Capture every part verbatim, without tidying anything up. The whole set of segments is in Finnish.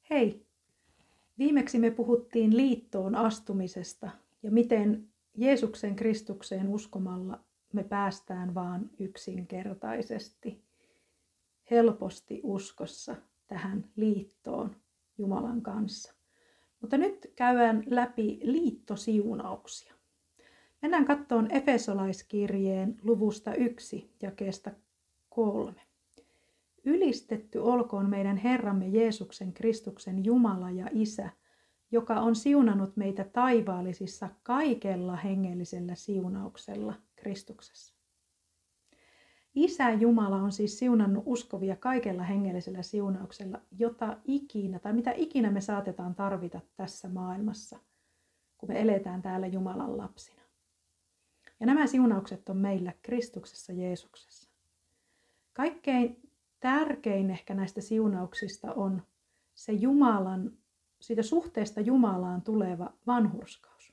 Hei! Viimeksi me puhuttiin liittoon astumisesta ja miten Jeesuksen Kristukseen uskomalla me päästään vaan yksinkertaisesti, helposti uskossa tähän liittoon Jumalan kanssa. Mutta nyt käydään läpi liittosiunauksia. Mennään katsomaan Efesolaiskirjeen luvusta yksi jakeesta kolme. Ylistetty olkoon meidän Herramme Jeesuksen Kristuksen Jumala ja Isä, joka on siunannut meitä taivaallisissa kaikella hengellisellä siunauksella Kristuksessa. Isä Jumala on siis siunannut uskovia kaikella hengellisellä siunauksella, jota ikinä tai mitä ikinä me saatetaan tarvita tässä maailmassa, kun me eletään täällä Jumalan lapsina. Ja nämä siunaukset on meillä Kristuksessa Jeesuksessa. Kaikkein tärkein ehkä näistä siunauksista on se Jumalan, siitä suhteesta Jumalaan tuleva vanhurskaus.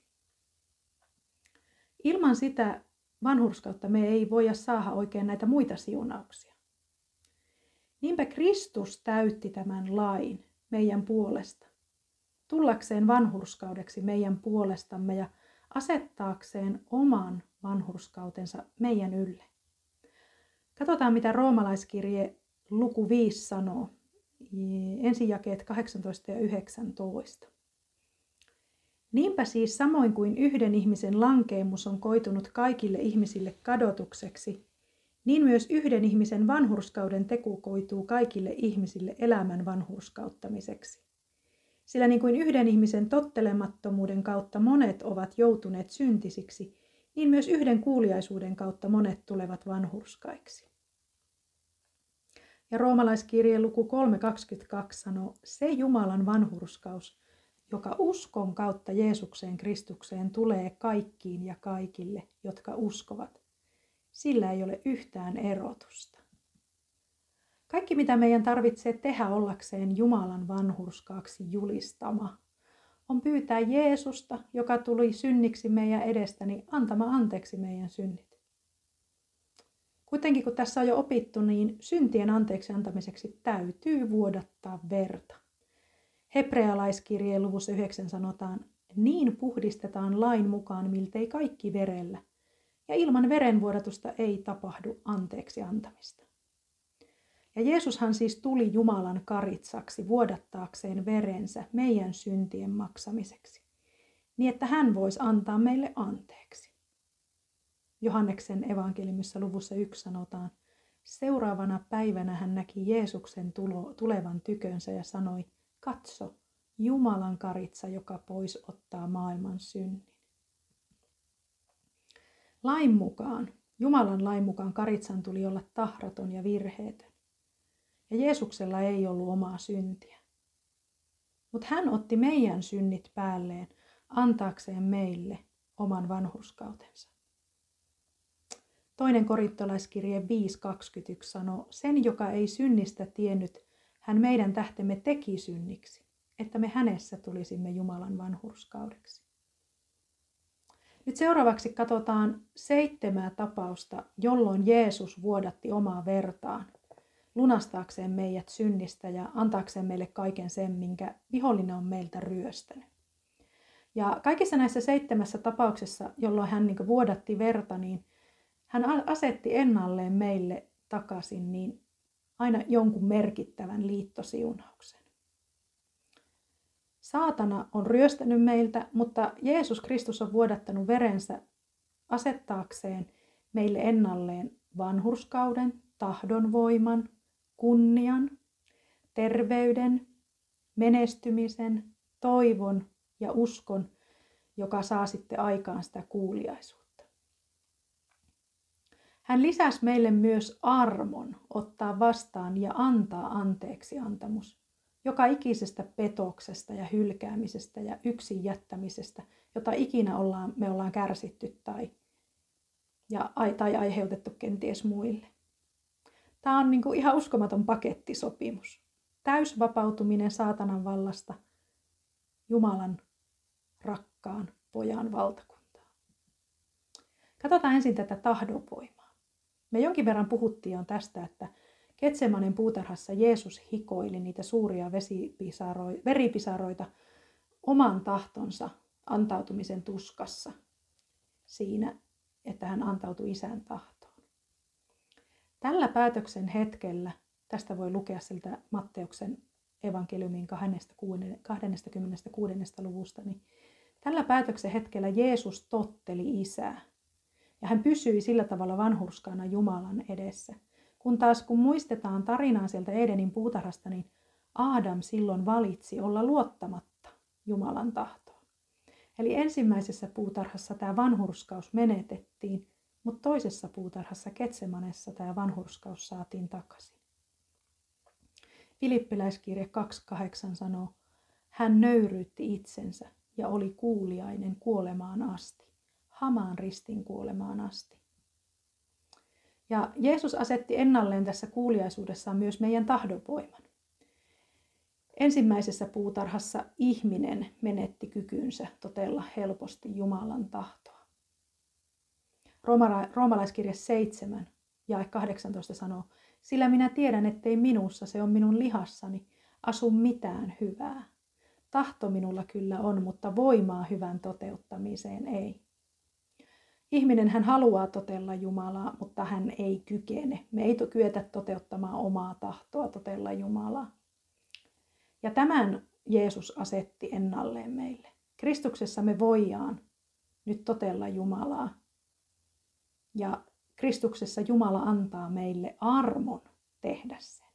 Ilman sitä vanhurskautta me ei voida saada oikein näitä muita siunauksia. Niinpä Kristus täytti tämän lain meidän puolesta, tullakseen vanhurskaudeksi meidän puolestamme ja asettaakseen oman vanhurskautensa meidän ylle. Katsotaan, mitä roomalaiskirje luku viisi sanoo, ensijakeet kahdeksantoista ja yhdeksäntoista. Niinpä siis samoin kuin yhden ihmisen lankeemus on koitunut kaikille ihmisille kadotukseksi, niin myös yhden ihmisen vanhurskauden teku koituu kaikille ihmisille elämän vanhurskauttamiseksi. Sillä niin kuin yhden ihmisen tottelemattomuuden kautta monet ovat joutuneet syntisiksi, niin myös yhden kuuliaisuuden kautta monet tulevat vanhurskaiksi. Ja roomalaiskirjeen luku kolme kaksikymmentäkaksi sanoo, se Jumalan vanhurskaus, joka uskon kautta Jeesukseen Kristukseen tulee kaikkiin ja kaikille, jotka uskovat. Sillä ei ole yhtään erotusta. Kaikki, mitä meidän tarvitsee tehdä ollakseen Jumalan vanhurskaaksi julistama, on pyytää Jeesusta, joka tuli synniksi meidän edestäni, antamaan anteeksi meidän synnit. Kuitenkin kun tässä on jo opittu, niin syntien anteeksi antamiseksi täytyy vuodattaa verta. Hebrealaiskirjeen luvussa yhdeksän sanotaan, niin puhdistetaan lain mukaan miltei kaikki verellä, ja ilman verenvuodatusta ei tapahdu anteeksi antamista. Ja Jeesushan siis tuli Jumalan karitsaksi vuodattaakseen verensä meidän syntien maksamiseksi, niin että hän voisi antaa meille anteeksi. Johanneksen evankeliumissa luvussa yksi sanotaan, seuraavana päivänä hän näki Jeesuksen tulo, tulevan tykönsä ja sanoi, katso, Jumalan karitsa, joka pois ottaa maailman synnin. Lain mukaan, Jumalan lain mukaan karitsan tuli olla tahraton ja virheetön. Ja Jeesuksella ei ollut omaa syntiä. Mutta hän otti meidän synnit päälleen antaakseen meille oman vanhurskautensa. Toinen korintolaiskirje viisi kaksikymmentäyksi sanoo, sen joka ei synnistä tiennyt, hän meidän tähtemme teki synniksi, että me hänessä tulisimme Jumalan vanhurskaudeksi. Nyt seuraavaksi katsotaan seitsemää tapausta, jolloin Jeesus vuodatti omaa vertaan, lunastaakseen meidät synnistä ja antaakseen meille kaiken sen, minkä vihollinen on meiltä ryöstänyt. Ja kaikissa näissä seitsemässä tapauksessa, jolloin hän niin kuin vuodatti verta, niin hän asetti ennalleen meille takaisin niin aina jonkun merkittävän liittosiunauksen. Saatana on ryöstänyt meiltä, mutta Jeesus Kristus on vuodattanut verensä asettaakseen meille ennalleen vanhurskauden, tahdonvoiman, kunnian, terveyden, menestymisen, toivon ja uskon, joka saa sitten aikaan sitä kuuliaisuutta. Hän lisäsi meille myös armon ottaa vastaan ja antaa anteeksi antamus, joka ikisestä petoksesta ja hylkäämisestä ja yksin jättämisestä, jota ikinä ollaan, me ollaan kärsitty tai, ja, tai aiheutettu kenties muille. Tämä on niin kuin ihan uskomaton pakettisopimus. Täysvapautuminen saatanan vallasta Jumalan rakkaan pojan valtakuntaan. Katsotaan ensin tätä tahdonvoimaa. Me jonkin verran puhuttiin jo tästä, että Getsemanen puutarhassa Jeesus hikoili niitä suuria vesipisaroita, veripisaroita oman tahtonsa antautumisen tuskassa siinä, että hän antautui Isän tahtoon. Tällä päätöksen hetkellä, tästä voi lukea siltä Matteuksen evankeliumin kaksikymmentäkuusi luvusta, niin tällä päätöksen hetkellä Jeesus totteli Isää. Ja hän pysyi sillä tavalla vanhurskaana Jumalan edessä. Kun taas kun muistetaan tarinaa sieltä Edenin puutarhasta, niin Aadam silloin valitsi olla luottamatta Jumalan tahtoon. Eli ensimmäisessä puutarhassa tämä vanhurskaus menetettiin, mutta toisessa puutarhassa Getsemanessa tämä vanhurskaus saatiin takaisin. Filippiläiskirje kaksi kahdeksan sanoo, hän nöyryytti itsensä ja oli kuuliainen kuolemaan asti, hamaan ristin kuolemaan asti. Ja Jeesus asetti ennalleen tässä kuuliaisuudessaan myös meidän tahdonvoiman. Ensimmäisessä puutarhassa ihminen menetti kykynsä totella helposti Jumalan tahtoa. Rooma, roomalaiskirje seitsemän jae kahdeksantoista sanoo, sillä minä tiedän, ettei minussa, se on minun lihassani, asu mitään hyvää. Tahto minulla kyllä on, mutta voimaa hyvän toteuttamiseen ei. Ihminen hän haluaa totella Jumalaa, mutta hän ei kykene. Me ei kyetä toteuttamaan omaa tahtoa totella Jumalaa. Ja tämän Jeesus asetti ennalleen meille. Kristuksessa me voidaan nyt totella Jumalaa. Ja Kristuksessa Jumala antaa meille armon tehdä sen.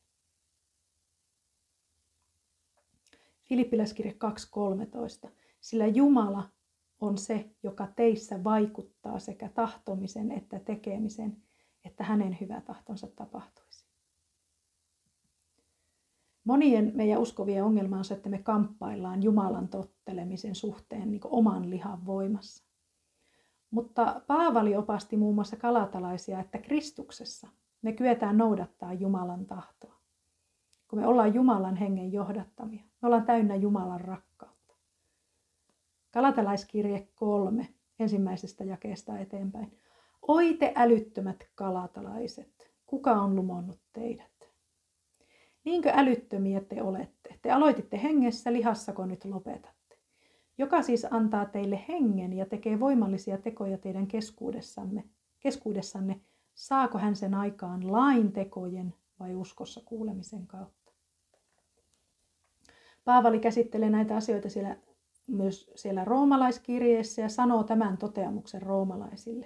Filippiläiskirje kaksi kolmetoista. Sillä Jumala on se, joka teissä vaikuttaa sekä tahtomisen että tekemisen, että hänen hyvä tahtonsa tapahtuisi. Monien meidän uskovien ongelma on se, että me kamppaillaan Jumalan tottelemisen suhteen niin kuin oman lihan voimassa. Mutta Paavali opasti muun muassa galatalaisia, että Kristuksessa me kyetään noudattaa Jumalan tahtoa. Kun me ollaan Jumalan hengen johdattamia, me ollaan täynnä Jumalan rakkautta. Galatalaiskirje kolme, ensimmäisestä jakeesta eteenpäin. Oi te älyttömät galatalaiset, kuka on lumonnut teidät? Niinkö älyttömiä te olette? Te aloititte hengessä, lihassako nyt lopetatte? Joka siis antaa teille hengen ja tekee voimallisia tekoja teidän keskuudessanne, keskuudessanne, saako hän sen aikaan lain tekojen vai uskossa kuulemisen kautta? Paavali käsittelee näitä asioita siellä, myös siellä roomalaiskirjeessä ja sanoo tämän toteamuksen roomalaisille.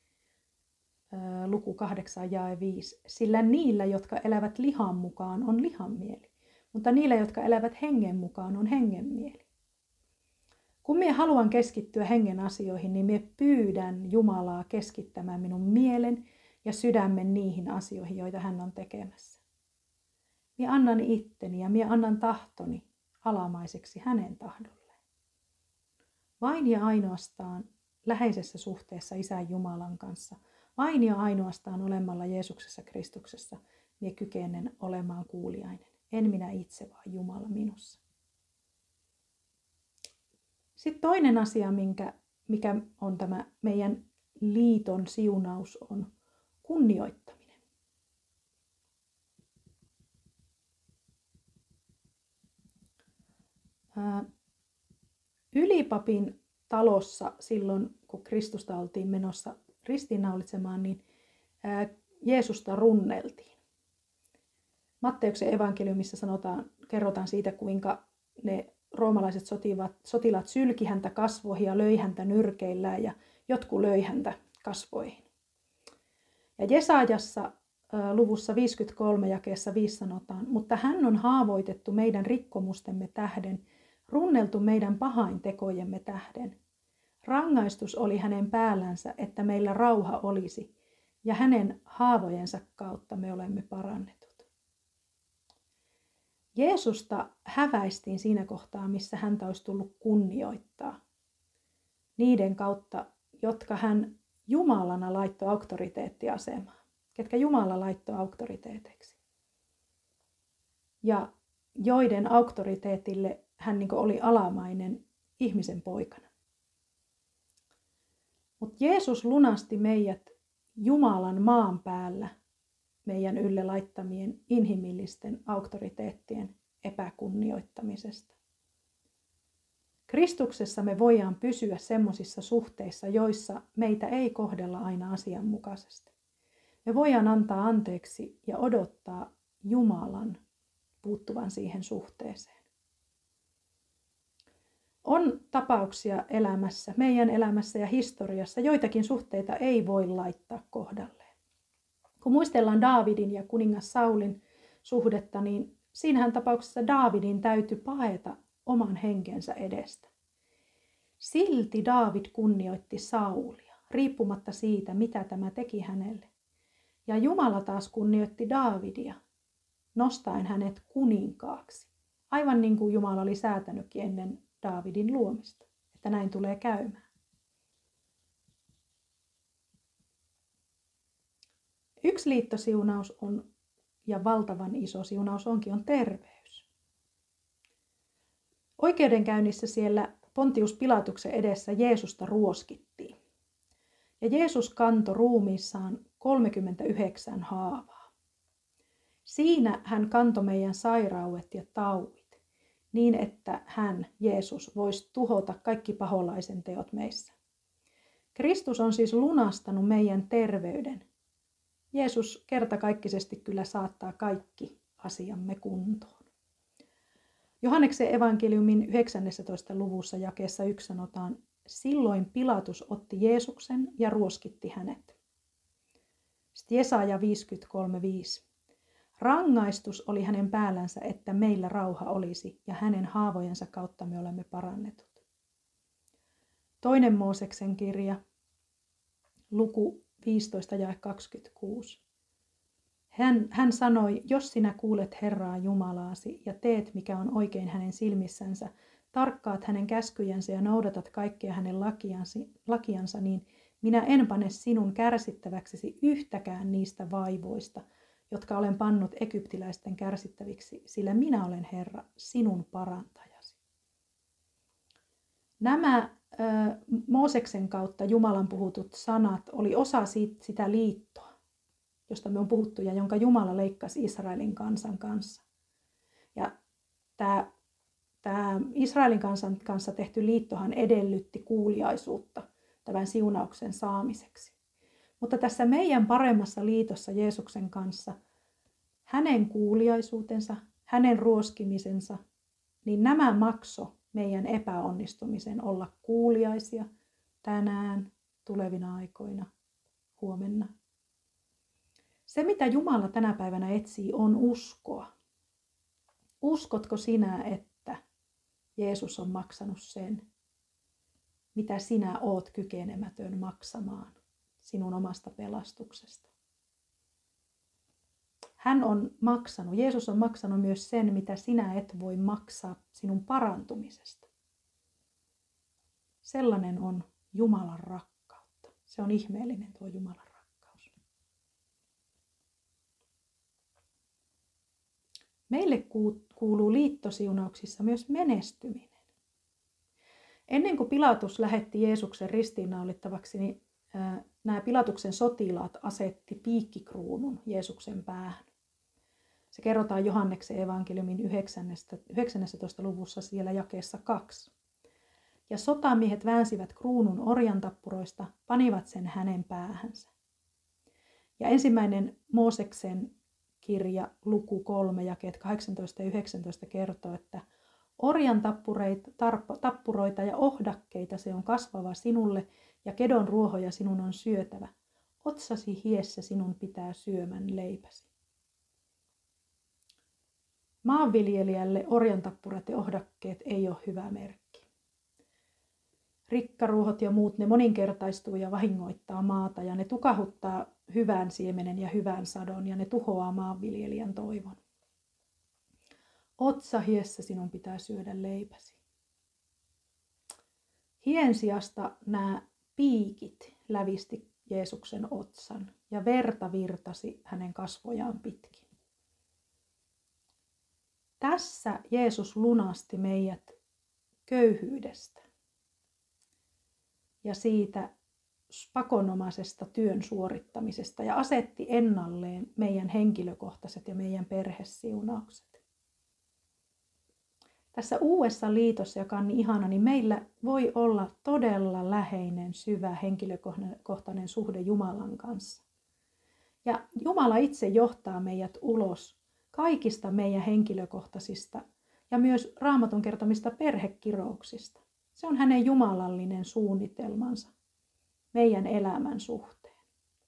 Luku kahdeksan jae viisi. Sillä niillä, jotka elävät lihan mukaan, on lihan mieli, mutta niillä, jotka elävät hengen mukaan, on hengen mieli. Kun minä haluan keskittyä hengen asioihin, niin minä pyydän Jumalaa keskittämään minun mielen ja sydämen niihin asioihin, joita hän on tekemässä. Minä annan itteni ja minä annan tahtoni alamaiseksi hänen tahdolleen. Vain ja ainoastaan läheisessä suhteessa Isän Jumalan kanssa, vain ja ainoastaan olemalla Jeesuksessa Kristuksessa, minä kykenen olemaan kuuliainen. En minä itse, vaan Jumala minussa. Sitten toinen asia, minkä, mikä on tämä meidän liiton siunaus, on kunnioittaminen. Ää, ylipapin talossa silloin, kun Kristusta oltiin menossa ristiinnaulitsemaan, niin ää, Jeesusta runneltiin. Matteuksen evankeliumissa sanotaan, kerrotaan siitä, kuinka ne roomalaiset sotivat, sotilaat sylki häntä kasvoihin ja löi häntä nyrkeillään ja jotkut löi häntä kasvoihin. Ja Jesaajassa luvussa viisikymmentäkolme jakeessa viisi sanotaan, mutta hän on haavoitettu meidän rikkomustemme tähden, runneltu meidän pahaintekojemme tähden. Rangaistus oli hänen päällänsä, että meillä rauha olisi, ja hänen haavojensa kautta me olemme parannetut. Jeesusta häväistiin siinä kohtaa, missä häntä olisi tullut kunnioittaa. Niiden kautta, jotka hän Jumalana laittoi auktoriteettiasemaan. Ketkä Jumala laittoi auktoriteeteiksi. Ja joiden auktoriteetille hän niin kuin oli alamainen ihmisen poikana. Mutta Jeesus lunasti meidät Jumalan maan päällä meidän ylle laittamien inhimillisten auktoriteettien epäkunnioittamisesta. Kristuksessa me voidaan pysyä semmoisissa suhteissa, joissa meitä ei kohdella aina asianmukaisesti. Me voidaan antaa anteeksi ja odottaa Jumalan puuttuvan siihen suhteeseen. On tapauksia elämässä, meidän elämässä ja historiassa, joitakin suhteita ei voi laittaa kohdalleen. Kun muistellaan Daavidin ja kuningas Saulin suhdetta, niin siinähän tapauksessa Daavidin täytyi paeta oman henkensä edestä. Silti Daavid kunnioitti Saulia, riippumatta siitä, mitä tämä teki hänelle. Ja Jumala taas kunnioitti Daavidia, nostaen hänet kuninkaaksi. Aivan niin kuin Jumala oli säätänytkin ennen Daavidin luomista, että näin tulee käymään. Yksi liittosiunaus on, ja valtavan iso siunaus onkin, on terveys. Oikeudenkäynnissä siellä Pontius Pilatuksen edessä Jeesusta ruoskittiin. Ja Jeesus kantoi ruumiissaan kolmekymmentäyhdeksän haavaa. Siinä hän kantoi meidän sairaudet ja taudit, niin että hän, Jeesus, voisi tuhota kaikki paholaisen teot meissä. Kristus on siis lunastanut meidän terveyden. Jeesus kertakaikkisesti kyllä saattaa kaikki asiamme kuntoon. Johanneksen evankeliumin yhdeksännentoista luvussa jakeessa yksi sanotaan, silloin Pilatus otti Jeesuksen ja ruoskitti hänet. Sitten Jesaja viisikymmentäkolme viisi. Rangaistus oli hänen päällänsä, että meillä rauha olisi, ja hänen haavojensa kautta me olemme parannetut. Toinen Mooseksen kirja, luku viisitoista jae kaksikymmentäkuusi. Hän, hän sanoi, jos sinä kuulet Herraa Jumalaasi ja teet, mikä on oikein hänen silmissänsä, tarkkaat hänen käskyjänsä ja noudatat kaikkea hänen lakiansa, lakiansa, niin minä en pane sinun kärsittäväksesi yhtäkään niistä vaivoista, jotka olen pannut egyptiläisten kärsittäviksi, sillä minä olen Herra, sinun parantajasi. Nämä äh, Mooseksen kautta Jumalan puhutut sanat oli osa siitä, sitä liittoa, josta me on puhuttu ja jonka Jumala leikkasi Israelin kansan kanssa. Ja tämä, tämä Israelin kansan kanssa tehty liittohan edellytti kuuliaisuutta tämän siunauksen saamiseksi. Mutta tässä meidän paremmassa liitossa Jeesuksen kanssa, hänen kuuliaisuutensa, hänen ruoskimisensa, niin nämä makso meidän epäonnistumisen olla kuuliaisia tänään, tulevina aikoina, huomenna. Se, mitä Jumala tänä päivänä etsii, on uskoa. Uskotko sinä, että Jeesus on maksanut sen, mitä sinä oot kykenemätön maksamaan sinun omasta pelastuksesta? Hän on maksanut, Jeesus on maksanut myös sen, mitä sinä et voi maksaa sinun parantumisesta. Sellainen on Jumalan rakkautta. Se on ihmeellinen tuo Jumalan rakkaus. Meille kuuluu liittosiunauksissa myös menestyminen. Ennen kuin Pilatus lähetti Jeesuksen ristiinnaulittavaksi, niin nämä Pilatuksen sotilaat asetti piikkikruunun Jeesuksen päähän. Se kerrotaan Johanneksen evankeliumin yhdeksännentoista luvussa siellä jakeessa kaksi. Ja sotamiehet väänsivät kruunun orjantappuroista, panivat sen hänen päähänsä. Ja ensimmäinen Mooseksen kirja luku kolme, jakeet kahdeksantoista ja yhdeksäntoista kertoo, että orjan tappuroita ja ohdakkeita se on kasvava sinulle ja kedon ruohoja sinun on syötävä. Otsasi hiessä sinun pitää syömän leipäsi. Maanviljelijälle orjantappurat ja ohdakkeet ei ole hyvä merkki. Rikkaruohot ja muut, ne moninkertaistuu ja vahingoittaa maata ja ne tukahuttaa hyvän siemenen ja hyvän sadon ja ne tuhoaa maanviljelijän toivon. Otsa hiessä sinun pitää syödä leipäsi. Hien sijasta nämä piikit lävisti Jeesuksen otsan ja verta virtasi hänen kasvojaan pitkin. Tässä Jeesus lunasti meidät köyhyydestä ja siitä pakonomaisesta työn suorittamisesta ja asetti ennalleen meidän henkilökohtaiset ja meidän perhesiunaukset. Tässä uudessa liitossa, joka on niin ihana, niin meillä voi olla todella läheinen, syvä, henkilökohtainen suhde Jumalan kanssa. Ja Jumala itse johtaa meidät ulos kaikista meidän henkilökohtaisista ja myös Raamatun kertomista perhekirouksista. Se on hänen jumalallinen suunnitelmansa meidän elämän suhteen.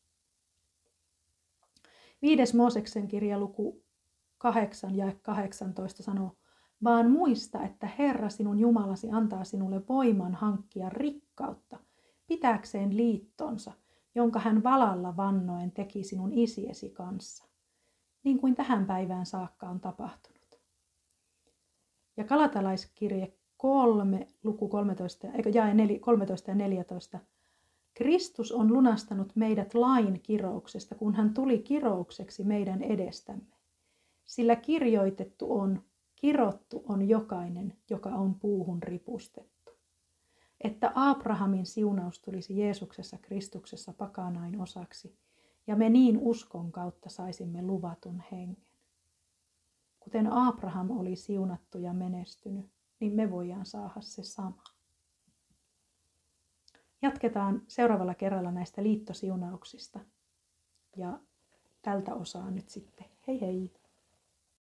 Viides Mooseksen kirja luku kahdeksan ja kahdeksantoista sanoo, vaan muista, että Herra sinun Jumalasi antaa sinulle voiman hankkia rikkautta, pitääkseen liittonsa, jonka hän valalla vannoen teki sinun isiesi kanssa, niin kuin tähän päivään saakka on tapahtunut. Ja Galatalaiskirje kolme, luku kolmetoista, eikö, jae kolmetoista ja neljätoista. Kristus on lunastanut meidät lain kirouksesta, kun hän tuli kiroukseksi meidän edestämme. Sillä kirjoitettu on, kirottu on jokainen, joka on puuhun ripustettu. Että Abrahamin siunaus tulisi Jeesuksessa Kristuksessa pakanain osaksi, ja me niin uskon kautta saisimme luvatun hengen. Kuten Abraham oli siunattu ja menestynyt, niin me voidaan saada se sama. Jatketaan seuraavalla kerralla näistä liittosiunauksista. Ja tältä osaa nyt sitten. Hei hei!